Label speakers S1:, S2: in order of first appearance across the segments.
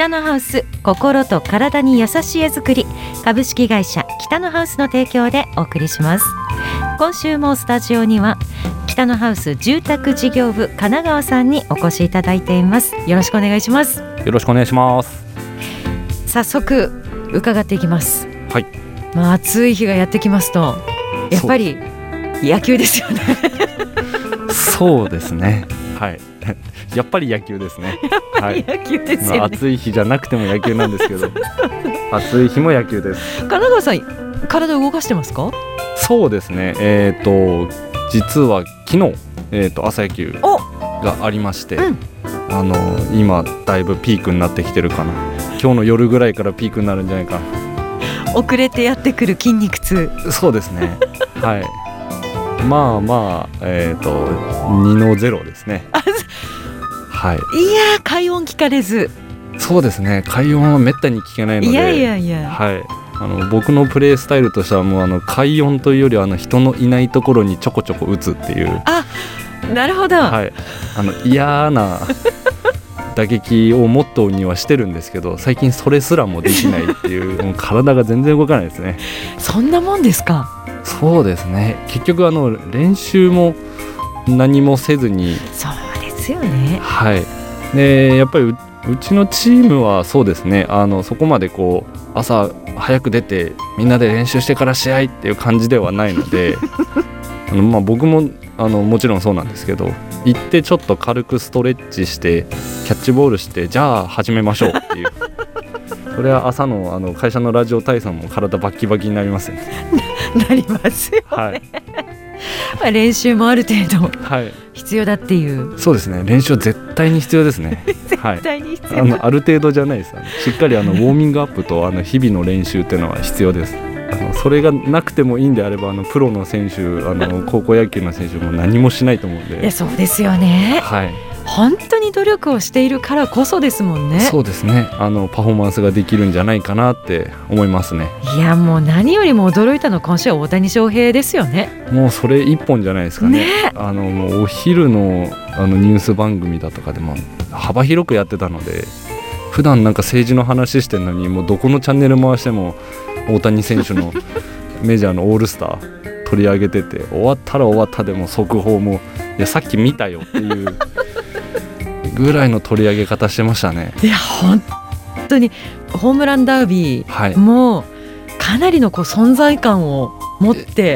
S1: 北のハウス、心と体に優しい絵作り、株式会社北のハウスの提供でお送りします。今週もスタジオには北のハウス住宅事業部神奈川さんにお越しいただいています。よろしくお願いします。
S2: よろしくお願いします。
S1: 早速伺っていきます。
S2: はい。
S1: 暑い日がやってきますとやっぱり野球ですよね。
S2: そうですね、はい。やっぱり野球ですね。
S1: やっぱり野球ですよね。
S2: 暑い日じゃなくても野球なんですけど暑い日も野球です。
S1: 神奈川さん、体動かしてますか？
S2: そうですね、実は昨日、朝野球がありまして、今だいぶピークになってきてるかな。今日の夜ぐらいからピークになるんじゃないかな。
S1: 遅れてやってくる筋肉痛。
S2: そうですね。はい。まあ、2-0ですね。はい。
S1: いやー、快音聞かれず。
S2: そうですね、快音はめったに聞けないので、
S1: いや、
S2: はい、僕のプレースタイルとしてはもう快音というより人のいないところにちょこちょこ打つっていう。
S1: あ、なるほど。
S2: はい、嫌な打撃をモットーにはしてるんですけど、最近それすらもできないっていうもう体が全然動かないですね。
S1: そんなもんですか？
S2: そうですね、結局練習も何もせずに。
S1: そうですよね。
S2: はい。でやっぱりうちのチームはそうですね、そこまで朝早く出てみんなで練習してから試合っていう感じではないので僕ももちろんそうなんですけど、行ってちょっと軽くストレッチしてキャッチボールして、じゃあ始めましょうっていうそれは朝の会社のラジオ体操も体バッキバキになりますよね。
S1: なりますよね。
S2: はい。
S1: 練習もある程度
S2: はい、
S1: 必要だっていう。
S2: そうですね、練習は絶対に必要ですね。
S1: 絶対に必要、
S2: ある程度じゃないです。しっかりウォーミングアップと日々の練習っていうのは必要です。それがなくてもいいんであればプロの選手高校野球の選手も何もしないと思うんで。
S1: いや、そうですよね。
S2: はい。
S1: 本当に努力をしているからこそですもんね。
S2: そうですね、パフォーマンスができるんじゃないかなって思いますね。
S1: いや、もう何よりも驚いたのは今週は大谷翔平ですよね。
S2: もうそれ一本じゃないですかね。もうお昼のニュース番組だとかでも幅広くやってたので、普段なんか政治の話してるのにもうどこのチャンネル回しても大谷選手のメジャーのオールスター取り上げてて、終わったら終わったでも速報も、いやさっき見たよっていうぐらいの取り上げ方してましたね。
S1: いや、本当にホームランダービーもかなりの存在感を持って、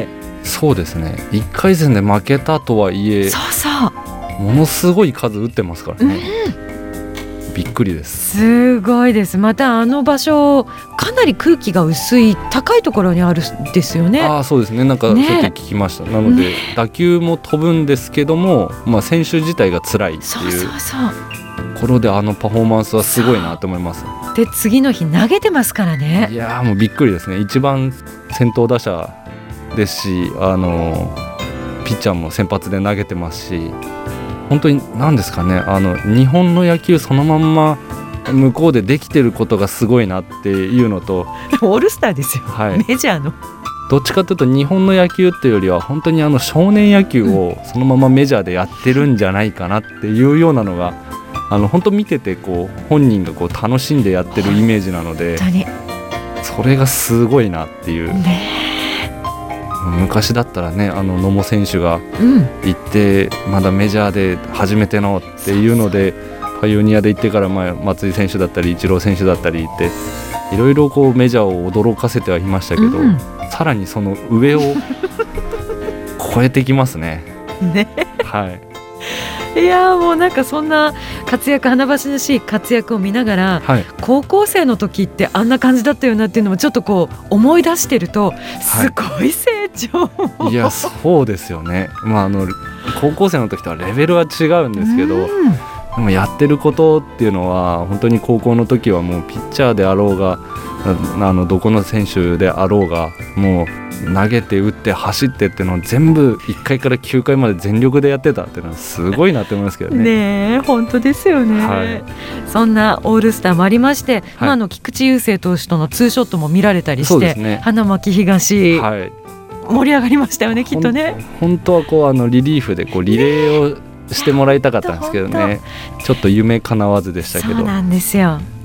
S2: そうですね、1回戦で負けたとはいえ、ものすごい数打ってますからね。びっくりです。
S1: すごいです。また場所かなり空気が薄い高いところにあるんですよね。
S2: そうですね、なんかそうやって聞きました。なので、打球も飛ぶんですけども、選手自体が辛いっていうところでパフォーマンスはすごいなと思います。
S1: で次の日投げてますからね。
S2: いやもうびっくりですね。一番先頭打者ですし、ピッチャーも先発で投げてますし、本当に何ですかね、日本の野球そのまんま向こうでできてることがすごいなっていうのと、
S1: オールスターですよ、
S2: はい、
S1: メジャーの
S2: どっちかというと日本の野球っていうよりは本当に少年野球をそのままメジャーでやってるんじゃないかなっていうようなのが本当見てて本人が楽しんでやってるイメージなので、それがすごいなっていう、昔だったらね、野茂選手が行って、まだメジャーで初めてのっていうのでパイオニアで行ってから松井選手だったりイチロー選手だったりっていろいろメジャーを驚かせてはいましたけど、さらにその上を超えてきますね。はい。
S1: いやもうなんかそんな活躍、華々しい活躍を見ながら、高校生の時ってあんな感じだったよなっていうのもちょっと思い出してるとすごい成長、
S2: いやそうですよね。高校生の時とはレベルは違うんですけど、でもやってることっていうのは本当に高校の時はもうピッチャーであろうがどこの選手であろうがもう投げて打って走ってっていうのを全部1回から9回まで全力でやってたっていうのはすごいなって思いますけどね。
S1: ねえ本当ですよね、そんなオールスターもありまして、菊池雄星投手とのツーショットも見られたりして、花巻東、盛り上がりましたよねきっとね。
S2: 本当はリリーフでリレーをしてもらいたかったんですけどね、ちょっと夢叶わずでしたけど。
S1: そうなんですよ。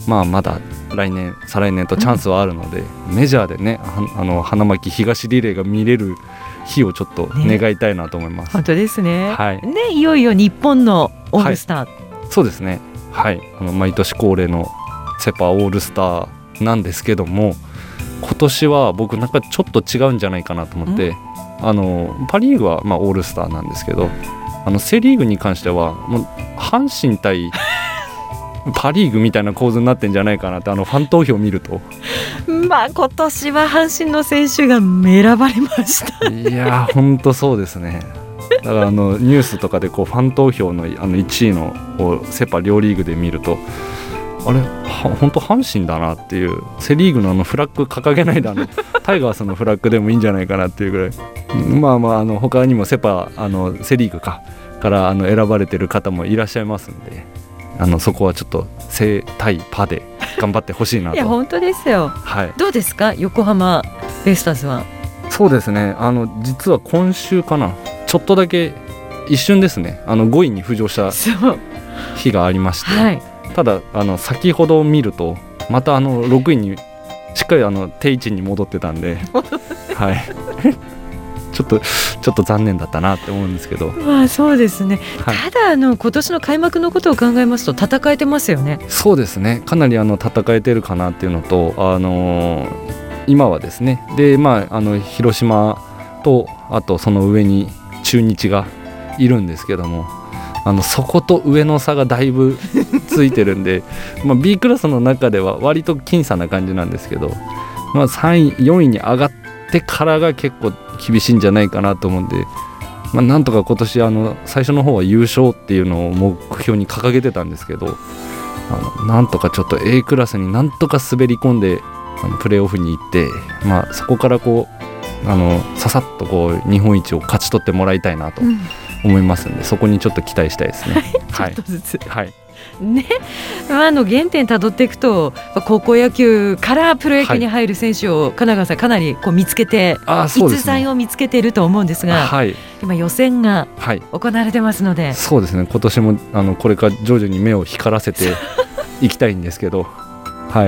S2: まだ来年再来年とチャンスはあるので、メジャーでね花巻東リレーが見れる日をちょっと願いたいなと思います、
S1: 本当ですね、
S2: はい
S1: ね、いよいよ日本のオールスター、
S2: そうですね、はい、毎年恒例のセパオールスターなんですけども、今年は僕なんかちょっと違うんじゃないかなと思って、パリーグはオールスターなんですけど、セリーグに関してはもう阪神対パリーグみたいな構図になってんじゃないかなって、ファン投票を見ると
S1: 今年は阪神の選手が選ばれましたね。
S2: いや本当そうですね。だからニュースとかでこうファン投票の1位のセパ両リーグで見ると、あれ本当阪神だなっていう、セリーグのフラッグ掲げないでタイガースのフラッグでもいいんじゃないかなっていうぐらい他にもセパセリーグから選ばれてる方もいらっしゃいますんで、そこはちょっとセ対パで頑張ってほしいなと。
S1: いや本当ですよ、はい、どうですか横浜ベイスターズは。
S2: そうですね、実は今週かな、ちょっとだけ一瞬ですね5位に浮上した日がありまして、はい、ただ先ほど見るとまた6位にしっかり定位置に戻ってたんではいちょっと残念だったなって思うんですけど、
S1: そうですね、はい、ただ今年の開幕のことを考えますと戦えてますよね。
S2: そうですね、かなり戦えてるかなっていうのと、今はですねで、広島とあとその上に中日がいるんですけども、そこと上の差がだいぶついてるんでB クラスの中では割と僅差な感じなんですけど、3位4位に上がってからが結構厳しいんじゃないかなと思うんで、なんとか今年最初の方は優勝っていうのを目標に掲げてたんですけど、なんとかちょっと A クラスになんとか滑り込んでプレーオフに行って、そこからこうささっとこう日本一を勝ち取ってもらいたいなと思いますんで、そこにちょっっと期待したいですね
S1: ちょっとずつ、
S2: はい
S1: ね、原点たどっていくと高校野球からプロ野球に入る選手を金川さんかなりこう見つけて、逸材を見つけていると思うんですが、はい、今予選が行われてますので、
S2: そうですね、今年もこれから徐々に目を光らせていきたいんですけどはい、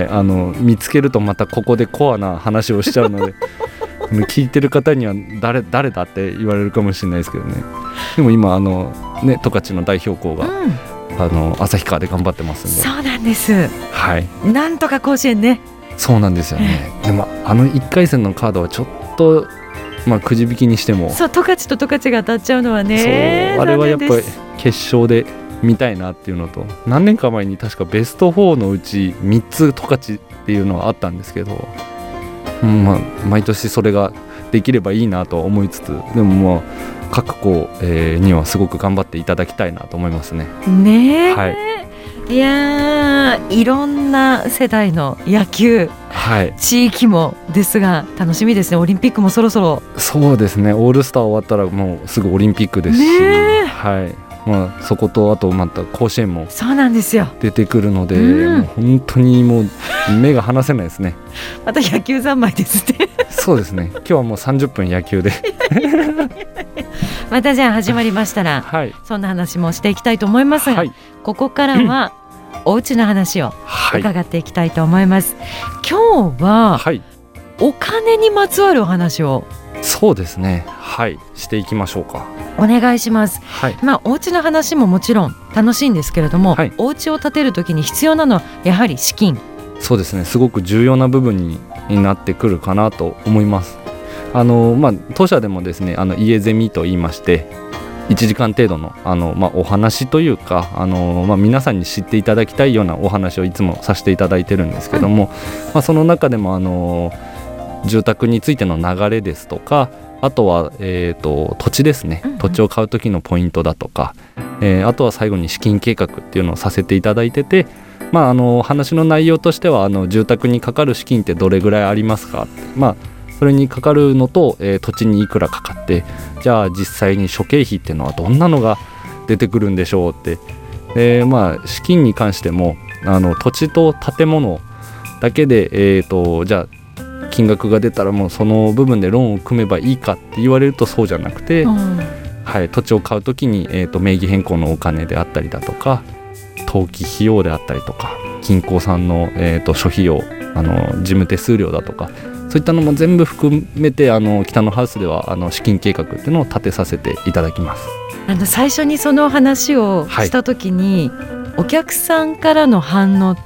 S2: 見つけるとまたここでコアな話をしちゃうので聞いてる方には誰だって言われるかもしれないですけどね。でも今十勝の代表校が、旭川で頑張ってますんで。
S1: そうなんです、はい、なんとか甲子園ね。
S2: そうなんですよね、でも1回戦のカードはちょっと、くじ引きにしても
S1: そう十勝と十勝が当たっちゃうのはね、
S2: そうあれはやっぱり決勝で見たいなっていうのと、何年か前に確かベスト4のうち3つ十勝っていうのはあったんですけど、毎年それができればいいなと思いつつ、でも各校、にはすごく頑張っていただきたいなと思いますね。
S1: ねえ、
S2: はい、
S1: いやいろんな世代の野球、はい、地域もですが楽しみですね。オリンピックもそろそろ。そうですね、オールスター終わったらもうすぐオリンピックですし、はい、そことあとまた甲子園も出てくるので、もう本当にもう目が離せないですねまた野球三昧ですねそうですね、今日はもう30分野球でまたじゃあ始まりましたら、はい、そんな話もしていきたいと思いますが、はい、ここからはお家の話を伺っていきたいと思います、今日は、はい、お金にまつわるお話をそうですね、はい、していきましょうか。お願いします、はい、お家の話ももちろん楽しいんですけれども、はい、お家を建てるときに必要なのはやはり資金。そうですね、すごく重要な部分になってくるかなと思います。当社でもですね家ゼミと言いまして、1時間程度のお話というか皆さんに知っていただきたいようなお話をいつもさせていただいてるんですけども、その中でも住宅についての流れですとか、あとは、土地ですね、土地を買う時のポイントだとか、あとは最後に資金計画っていうのをさせていただいてて、話の内容としては住宅にかかる資金ってどれぐらいありますか、それにかかるのと、土地にいくらかかって、じゃあ実際に諸経費っていうのはどんなのが出てくるんでしょうって、資金に関しても土地と建物だけで、じゃあ金額が出たらもうその部分でローンを組めばいいかって言われるとそうじゃなくて、はい、土地を買うときに、名義変更のお金であったりだとか、登記費用であったりとか、
S2: 銀行さんの、諸費用事務手数料だとかそういったのも全部含めて北のハウスでは資金計画っていうのを立てさせていただきます。
S1: 最初にその話をした時に、お客さんからの反応って、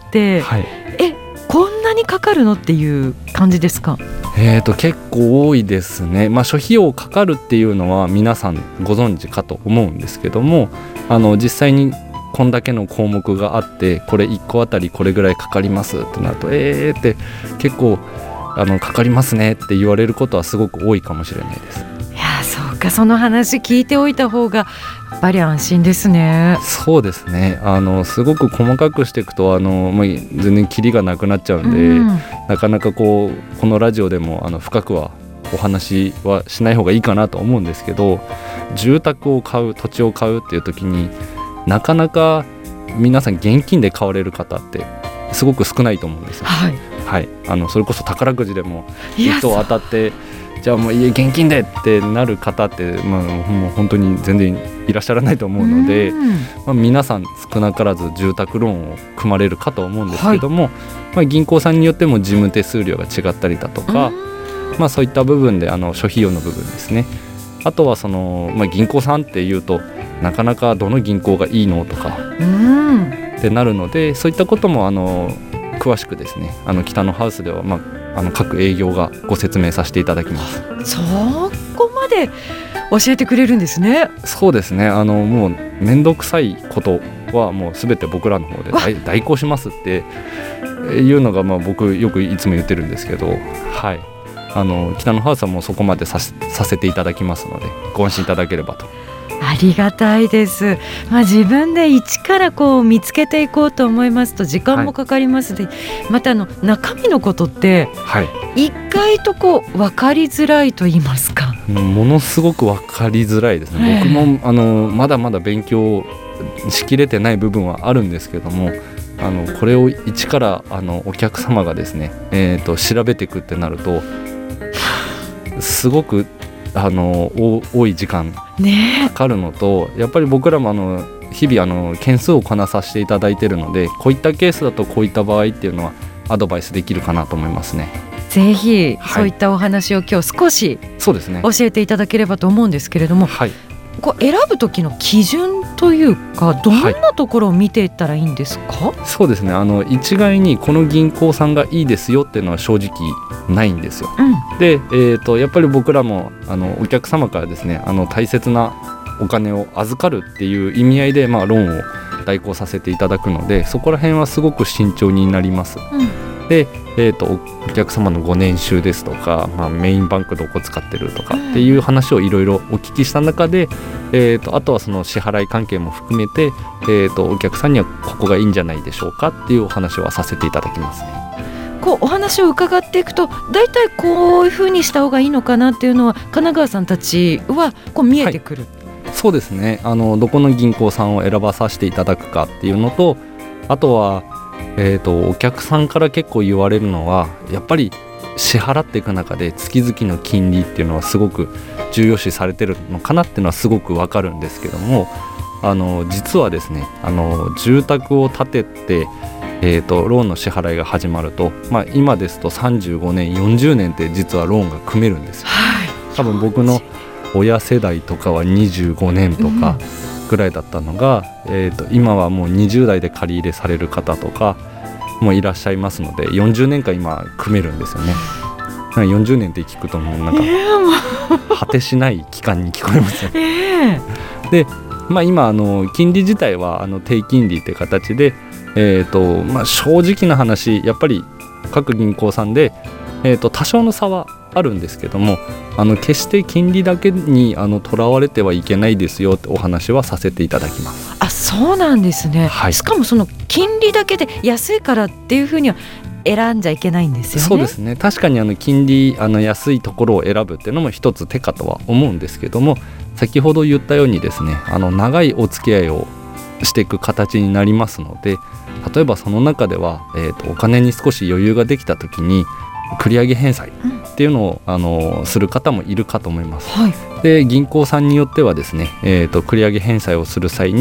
S1: こんなにかかるのっていう感じですか？
S2: 結構多いですね。諸費用かかるっていうのは皆さんご存知かと思うんですけども、実際にこんだけの項目があってこれ1個あたりこれぐらいかかりますってなるとって結構かかりますねって言われることはすごく多いかもしれないです。
S1: いや、そうか、その話聞いておいた方がやっぱり安心ですね。
S2: そうですね。すごく細かくしていくと全然キリがなくなっちゃうんで、なかなかこのラジオでも深くはお話はしない方がいいかなと思うんですけど、住宅を買う土地を買うっていう時になかなか皆さん現金で買われる方ってすごく少ないと思うんですよ。それこそ宝くじでも1等当たってじゃあもう家現金でってなる方って、もう本当に全然いらっしゃらないと思うので、皆さん少なからず住宅ローンを組まれるかと思うんですけども、銀行さんによっても事務手数料が違ったりだとか、そういった部分で諸費用の部分ですね。あとは銀行さんっていうとなかなかどの銀行がいいのとかってなるので、そういったことも詳しくですね北のハウスでは、各営業がご説明させていただきます。
S1: そこまで教えてくれるんですね。
S2: そうですね。もうめんどくさいことはもう全て僕らの方で代行しますっていうのが、僕よくいつも言ってるんですけど、北のハウスはもうそこまでさせていただきますのでご安心いただければと。
S1: ありがたいです。自分で一から見つけていこうと思いますと時間もかかりますで、また中身のことって意外と分かりづらいと言いますか、
S2: ものすごく分かりづらいですね。僕もまだまだ勉強しきれてない部分はあるんですけども、これを一からお客様がですね、調べていくってなるとすごく多い時間かかるのと、やっぱり僕らも日々件数をこなさせていただいているので、こういったケースだとこういった場合っていうのはアドバイスできるかなと思いますね。
S1: ぜひそういったお話を今日少し教えていただければと思うんですけれども、選ぶ時の基準というかどんなところを見ていったらいいんですか？
S2: そうですね。一概にこの銀行さんがいいですよっていうのは正直ないんですよ。で、やっぱり僕らもお客様からですね大切なお金を預かるっていう意味合いで、ローンを代行させていただくので、そこら辺はすごく慎重になります。で、お客様のご年収ですとか、メインバンクどこ使ってるとかっていう話をいろいろお聞きした中で、あとはその支払い関係も含めて、お客さんにはここがいいんじゃないでしょうかっていうお話はさせていただきますね。
S1: お話を伺っていくとだいたいこういうふうにした方がいいのかなっていうのは神奈川さんたちは見えてくる、
S2: そうですね。どこの銀行さんを選ばさせていただくかっていうのと、あとはお客さんから結構言われるのはやっぱり支払っていく中で月々の金利っていうのはすごく重要視されてるのかなっていうのはすごくわかるんですけども、実はですね住宅を建ててローンの支払いが始まると、今ですと35年40年って実はローンが組めるんですよ。多分僕の親世代とかは25年とかぐらいだったのが、今はもう20代で借り入れされる方とかもいらっしゃいますので、40年間今組めるんですよね。40年って聞くともうなんか果てしない期間に聞こえますよね。で、今金利自体は低金利って形で、正直な話やっぱり各銀行さんで、多少の差はあるんですけども、決して金利だけにとらわれてはいけないですよってお話はさせていただきます。
S1: そうなんですね。しかもその金利だけで安いからっていうふうには選んじゃいけないんですよね。
S2: そうですね。確かに金利安いところを選ぶっていうのも一つ手かとは思うんですけども、先ほど言ったようにですね長いお付き合いをしていく形になりますので、例えばその中では、お金に少し余裕ができた時に繰り上げ返済っていうのを、する方もいるかと思います。で銀行さんによってはですね、繰り上げ返済をする際に、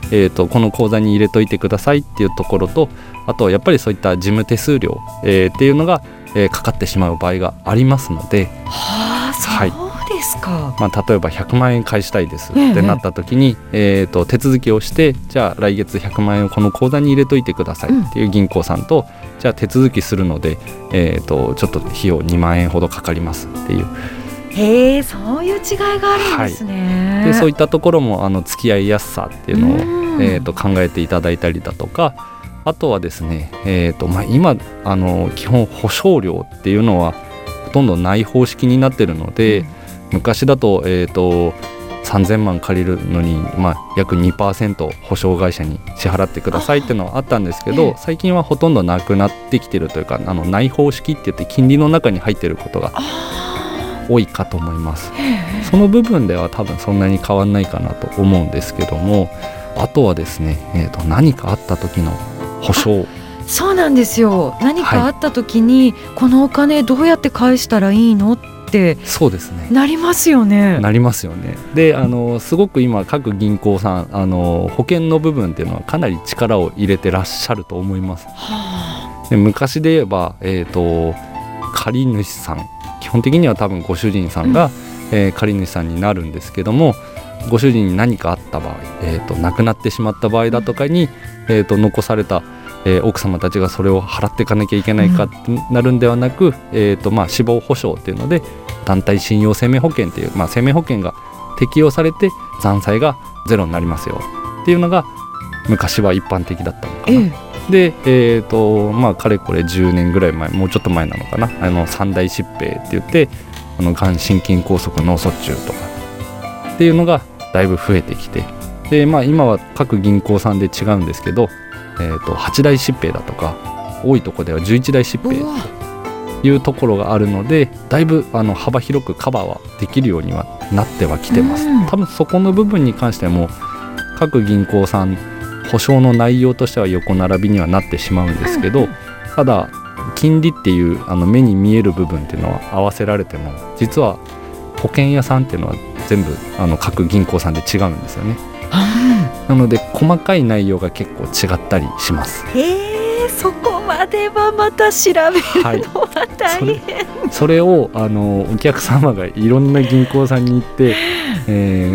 S2: この口座に入れといてくださいっていうところと、あとやっぱりそういった事務手数料、っていうのが、かかってしまう場合がありますので、
S1: はあ、そうですか。
S2: 例えば100万円返したいですってなった時に、手続きをして、じゃあ来月100万円をこの口座に入れといてくださいっていう銀行さんと、じゃあ手続きするので、ちょっと費用2万円ほどかかりますっていう。
S1: へえ、そういう違いがあるんですね。
S2: でそういったところも付き合いやすさっていうのを、考えていただいたりだとか、あとはですね、今基本保証料っていうのはほとんどない方式になってるので、昔だと、3000万借りるのに、約 2% 保証会社に支払ってくださいっていうのはあったんですけど、最近はほとんどなくなってきてるというか、ない方式って言って金利の中に入ってることが多いかと思います。その部分では多分そんなに変わんないかなと思うんですけども、あとはですね、何かあった時の保証。
S1: そうなんですよ。何かあった時に、このお金どうやって返したらいいのって
S2: そうですね、
S1: なりますよね。
S2: なりますよね。ですごく今各銀行さん保険の部分っていうのはかなり力を入れてらっしゃると思います。で昔で言えば、借主さん、基本的には多分ご主人さんが、借主さんになるんですけども、ご主人に何かあった場合、亡くなってしまった場合だとかに、残された、奥様たちがそれを払っていかなきゃいけないかってなるんではなく、死亡保障っていうので団体信用生命保険っていう、生命保険が適用されて残債がゼロになりますよっていうのが昔は一般的だったのかな。で、かれこれ10年ぐらい前、もうちょっと前なのかな、三大疾病って言って、がん、心筋梗塞、脳卒中とかっていうのがだいぶ増えてきて、で、今は各銀行さんで違うんですけど、8大疾病だとか、多いところでは11大疾病というところがあるので、だいぶ幅広くカバーはできるようにはなってはきてます。多分そこの部分に関しても各銀行さん保証の内容としては横並びにはなってしまうんですけど、ただ金利っていう目に見える部分っていうのは合わせられても、実は保険屋さんっていうのは全部各銀行さんで違うんですよね。なので細かい内容が結構違ったりします。
S1: そこまではまた調べるのは大変、
S2: それをお客様がいろんな銀行さんに行って、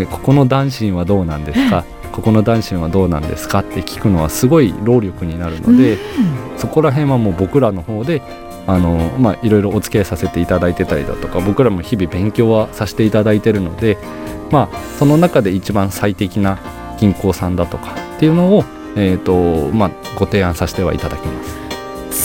S2: ここの男子はどうなんですか、ここの男子はどうなんですかって聞くのはすごい労力になるので、そこら辺はもう僕らの方でいろいろお付き合いさせていただいてたりだとか、僕らも日々勉強はさせていただいてるので、その中で一番最適な銀行さんだとかっていうのを、ご提案させてはいただきます。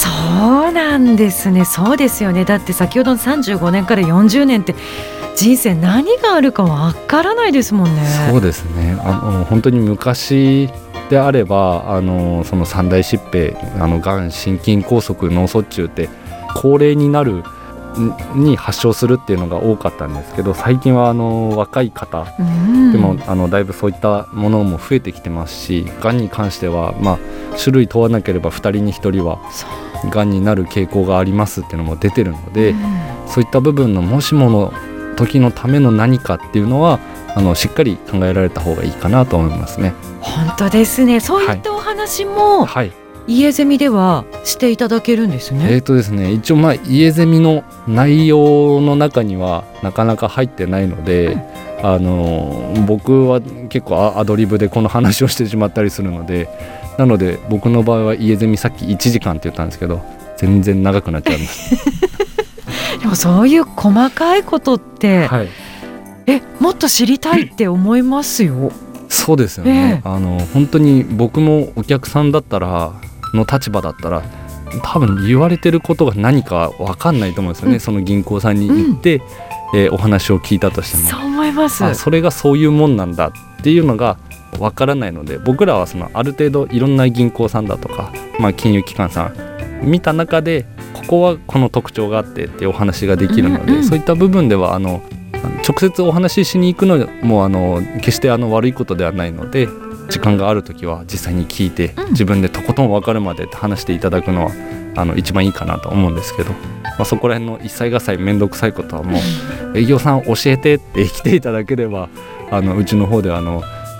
S1: そうなんですね。そうですよね。だって先ほどの35年から40年って人生何があるかわからないですもんね。
S2: そうですね。本当に昔であればその三大疾病、がん、心筋梗塞、脳卒中って高齢になるに発症するっていうのが多かったんですけど、最近は若い方でもだいぶそういったものも増えてきてますし、がんに関しては、種類問わなければ2人に1人はがんになる傾向がありますっていうのも出てるので、そういった部分のもしもの時のための何かっていうのはしっかり考えられた方がいいかなと思いますね。
S1: 本当ですね。そういったお話も、家ゼミではしていただけるんですね。
S2: ですね、一応家ゼミの内容の中にはなかなか入ってないので、僕は結構アドリブでこの話をしてしまったりするので、なので僕の場合は家ゼミさっき1時間って言ったんですけど、全然長くなっちゃいます
S1: でもそういう細かいことって、もっと知りたいって思いますよ。
S2: そうですよね。本当に僕もお客さんだったらの立場だったら多分言われてることが何か分かんないと思うんですよね。その銀行さんに行って、お話を聞いたとしても、
S1: そう思います。
S2: それがそういうもんなんだっていうのが分からないので、僕らはある程度いろんな銀行さんだとか、金融機関さん見た中でここはこの特徴があってっていうお話ができるので、そういった部分では直接お話ししに行くのも決して悪いことではないので、時間があるときは実際に聞いて、自分でとことん分かるまで話していただくのは一番いいかなと思うんですけど、そこら辺の一切合切めんどくさいことはもう営業さん教えてって来ていただければ、うちの方では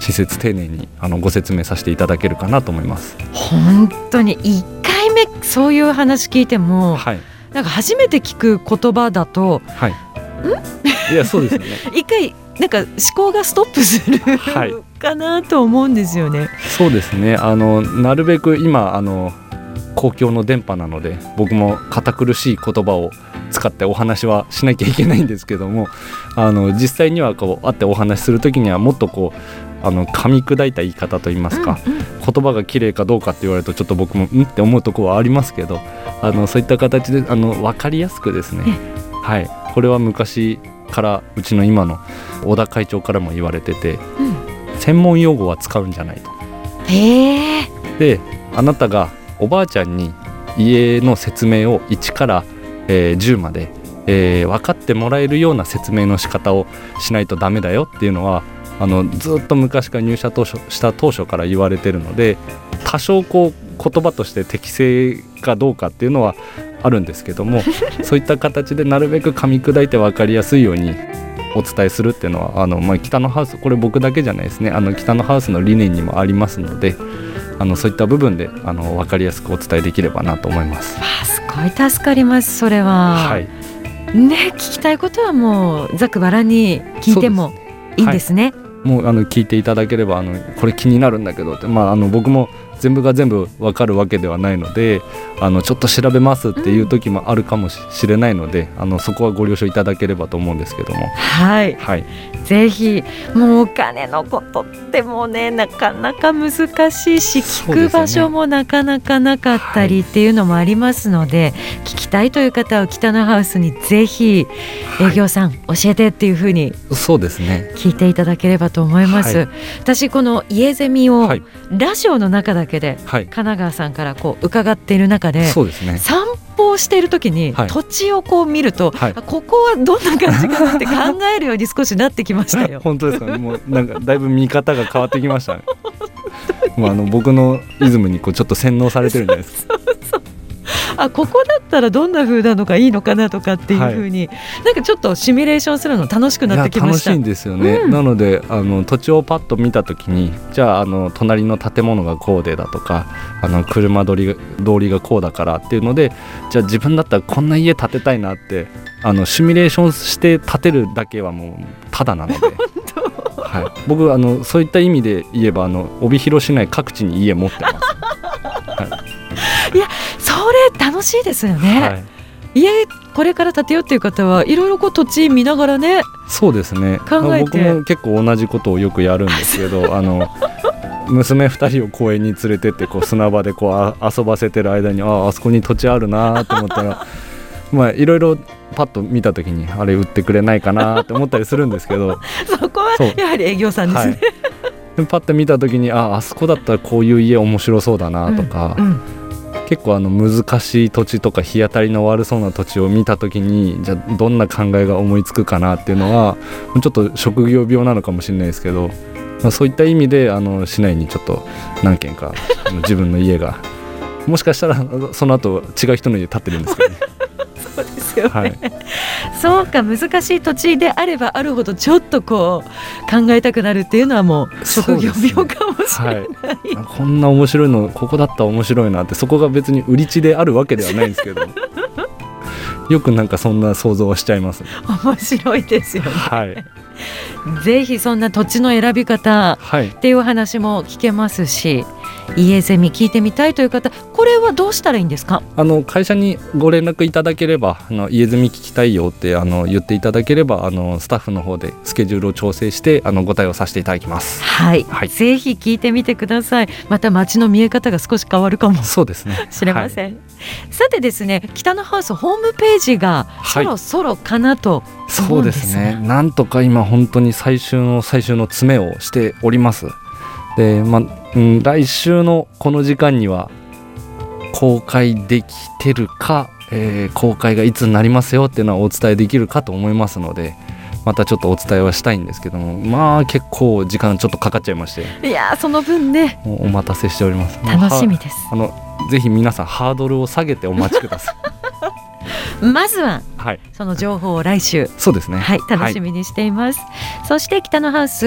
S2: 親切丁寧にご説明させていただけるかなと思います。
S1: 本当に1回目そういう話聞いても、
S2: はい、
S1: なんか初めて聞く言葉だと、
S2: はい、いやそうですよね
S1: 一回なんか思考がストップする、はい、かなと思うんですよね。
S2: そうですね、なるべく今公共の電波なので僕も堅苦しい言葉を使ってお話はしなきゃいけないんですけども、実際にはこう会ってお話しするときにはもっとこう噛み砕いた言い方といいますか、言葉が綺麗かどうかって言われるとちょっと僕もって思うところはありますけど、そういった形で分かりやすくですね、はい、これは昔からうちの今の小田会長からも言われてて、専門用語は使うんじゃないと。で、あなたがおばあちゃんに家の説明を1から、10まで、分かってもらえるような説明の仕方をしないとダメだよっていうのはずっと昔から入社した当初から言われてるので、多少こう言葉として適正かどうかっていうのはあるんですけどもそういった形でなるべく噛み砕いて分かりやすいようにお伝えするっていうのは北のハウス、これ僕だけじゃないですね、北のハウスの理念にもありますので、そういった部分で分かりやすくお伝えできればなと思います。
S1: すごい助かります。それは、はい、ね、聞きたいことはもうざくばらんに聞いてもいいんですね。
S2: もう聞いていただければこれ気になるんだけどって、僕も全部が全部分かるわけではないのでちょっと調べますっていう時もあるかもしれないので、そこはご了承いただければと思うんですけども、
S1: はい、はい、ぜひ。もうお金のことってもうねなかなか難しいし、聞く場所もなかなかなかったりっていうのもありますので、聞きたいという方は北のハウスにぜひ営業さん教えてっていうふうに
S2: そうですね
S1: 聞いていただければと思います。はい、私この家ゼミをラジオの中だけで神奈川さんからこう伺っている中で、
S2: そうですね、
S1: 散歩をしている時に土地をこう見ると、ここはどんな感じかなって考えるように少しなってきましたよ。
S2: 本当ですかね。もうなんかだいぶ見方が変わってきましたねもう僕のイズムにこうちょっと洗脳されてるんじゃないですか。
S1: ここだったらどんな風なのがいいのかなとかっていう風に、なんかちょっとシミュレーションするの楽しくなってきました。
S2: 楽しいんですよね。なので土地をパッと見た時に、じゃあ隣の建物がこうでだとか車通りがこうだからっていうので、じゃあ自分だったらこんな家建てたいなってシミュレーションして建てるだけはもうただなのではい、僕そういった意味で言えば帯広市内各地に家持ってますい
S1: やそれ楽しいですよね。はい、家これから建てようっていう方はいろいろこう土地見ながらね。
S2: そうですね、考えて僕も結構同じことをよくやるんですけど娘2人を公園に連れてってこう砂場でこう遊ばせてる間にあそこに土地あるなと思ったらいろいろパッと見た時にあれ売ってくれないかなって思ったりするんですけど
S1: そこはやはり営業さんですね。
S2: はい、パッと見た時にあそこだったらこういう家面白そうだなとか、結構難しい土地とか日当たりの悪そうな土地を見た時に、じゃあどんな考えが思いつくかなっていうのはちょっと職業病なのかもしれないですけど、そういった意味で市内にちょっと何軒か自分の家がもしかしたらその後違う人の家建ってるんですけどね
S1: そうですよね、はい、そうか、難しい土地であればあるほどちょっとこう考えたくなるっていうのはもう職業病かもしれない、はい、
S2: こんな面白いのここだったら面白いなって、そこが別に売り地であるわけではないんですけどよくなんかそんな想像はしちゃいます、ね、
S1: 面白いですよね、
S2: はい、
S1: ぜひそんな土地の選び方っていうお話も聞けますし、家ゼミ聞いてみたいという方、これはどうしたらいいんですか？
S2: 会社にご連絡いただければ家ゼミ聞きたいよって言っていただければスタッフの方でスケジュールを調整してご対応させていただきます。
S1: はい、はい、ぜひ聞いてみてください。また街の見え方が少し変わるかも
S2: そうですね
S1: しれません、はい、さてですね、北のハウスホームページがそろそろかなと思うんですが、
S2: そうですね、なんとか今本当に最終の詰めをしております。で、来週のこの時間には公開できてるか、公開がいつになりますよっていうのはお伝えできるかと思いますので、またちょっとお伝えはしたいんですけども、結構時間ちょっとかかっちゃいまして、
S1: いやその分ね、
S2: もうお待たせしております。
S1: 楽しみです。
S2: ぜひ皆さんハードルを下げてお待ちください
S1: まずは、その情報を来週、
S2: そうですね、
S1: はい、楽しみにしています、そして北のハウス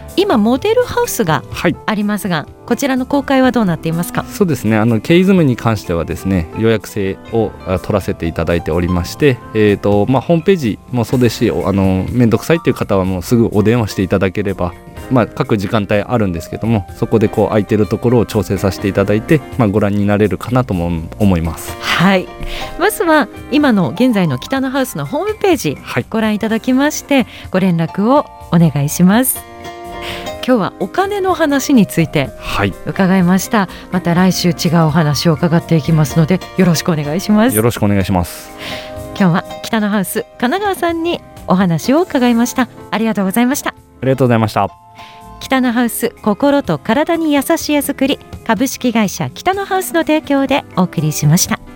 S1: 今モデルハウスが
S2: はい、
S1: ありますが、こちらの公開はどうなっていますか？
S2: そうですね、ケイズムに関してはですね、予約制を取らせていただいておりまして、ホームページもそうですし、めんどくさいっていう方はもうすぐお電話していただければ、各時間帯あるんですけども、そこでこう空いてるところを調整させていただいて、ご覧になれるかなとも思います。
S1: はい、まずは今の現在の北のハウスのホームページ、
S2: はい、
S1: ご覧いただきましてご連絡をお願いします。今日はお金の話について伺いました。また来週違うお話を伺っていきますので、よろしくお願いします。
S2: よろしくお願いします。
S1: 今日は北のハウス神奈川さんにお話を伺いました。ありがとうございました。
S2: ありがとうございました。
S1: 北のハウス、心と体に優しい絵作り、株式会社北のハウスの提供でお送りしました。